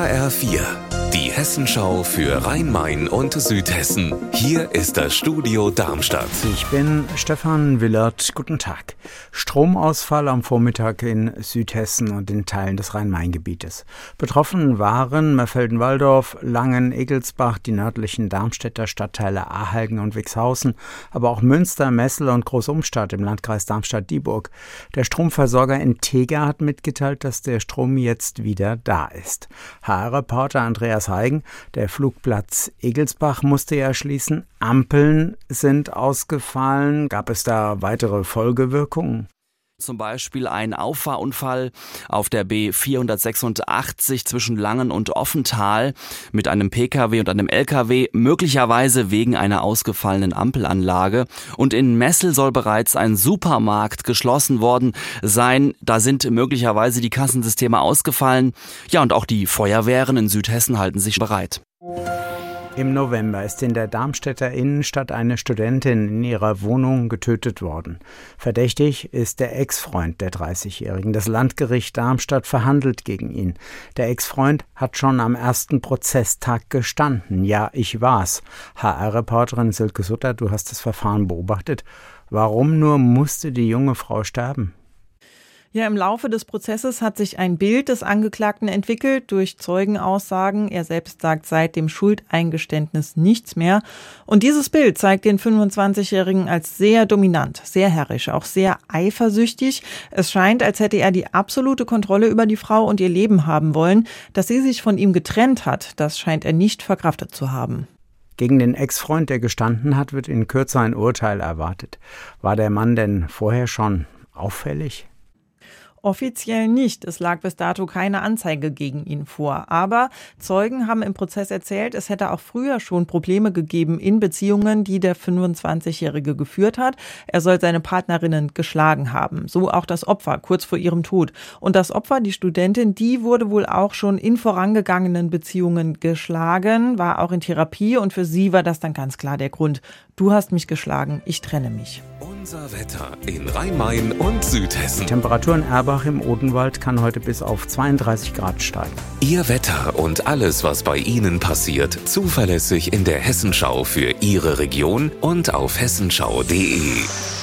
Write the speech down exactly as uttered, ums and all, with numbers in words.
H R vier, die Hessenschau für Rhein-Main und Südhessen. Hier ist das Studio Darmstadt. Ich bin Stefan Willert. Guten Tag. Stromausfall am Vormittag in Südhessen und in Teilen des Rhein-Main-Gebietes. Betroffen waren Merfelden-Walldorf, Langen, Egelsbach, die nördlichen Darmstädter Stadtteile Ahalgen und Wixhausen, aber auch Münster, Messel und Großumstadt im Landkreis Darmstadt-Dieburg. Der Stromversorger Intega hat mitgeteilt, dass der Strom jetzt wieder da ist. H R-Reporter Andreas Heigen, der Flugplatz Egelsbach musste ja schließen. Ampeln sind ausgefallen. Gab es da weitere Folgewirkungen? Zum Beispiel ein Auffahrunfall auf der B vierhundertsechsundachtzig zwischen Langen und Offental mit einem P K W und einem L K W, möglicherweise wegen einer ausgefallenen Ampelanlage. Und in Messel soll bereits ein Supermarkt geschlossen worden sein. Da sind möglicherweise die Kassensysteme ausgefallen. Ja, und auch die Feuerwehren in Südhessen halten sich bereit. Im November ist in der Darmstädter Innenstadt eine Studentin in ihrer Wohnung getötet worden. Verdächtig ist der Ex-Freund der dreißigjährigen. Das Landgericht Darmstadt verhandelt gegen ihn. Der Ex-Freund hat schon am ersten Prozesstag gestanden. Ja, ich war's. H R-Reporterin Silke Sutter, du hast das Verfahren beobachtet. Warum nur musste die junge Frau sterben? Ja, im Laufe des Prozesses hat sich ein Bild des Angeklagten entwickelt durch Zeugenaussagen. Er selbst sagt seit dem Schuldeingeständnis nichts mehr. Und dieses Bild zeigt den fünfundzwanzigjährigen als sehr dominant, sehr herrisch, auch sehr eifersüchtig. Es scheint, als hätte er die absolute Kontrolle über die Frau und ihr Leben haben wollen. Dass sie sich von ihm getrennt hat, das scheint er nicht verkraftet zu haben. Gegen den Ex-Freund, der gestanden hat, wird in Kürze ein Urteil erwartet. War der Mann denn vorher schon auffällig? Offiziell nicht. Es lag bis dato keine Anzeige gegen ihn vor. Aber Zeugen haben im Prozess erzählt, es hätte auch früher schon Probleme gegeben in Beziehungen, die der fünfundzwanzigjährige geführt hat. Er soll seine Partnerinnen geschlagen haben. So auch das Opfer kurz vor ihrem Tod. Und das Opfer, die Studentin, die wurde wohl auch schon in vorangegangenen Beziehungen geschlagen, war auch in Therapie und für sie war das dann ganz klar der Grund. Du hast mich geschlagen, ich trenne mich. Unser Wetter in Rhein-Main und Südhessen. Temperatur in Erbach im Odenwald kann heute bis auf zweiunddreißig Grad steigen. Ihr Wetter und alles, was bei Ihnen passiert, zuverlässig in der Hessenschau für Ihre Region und auf hessenschau punkt de.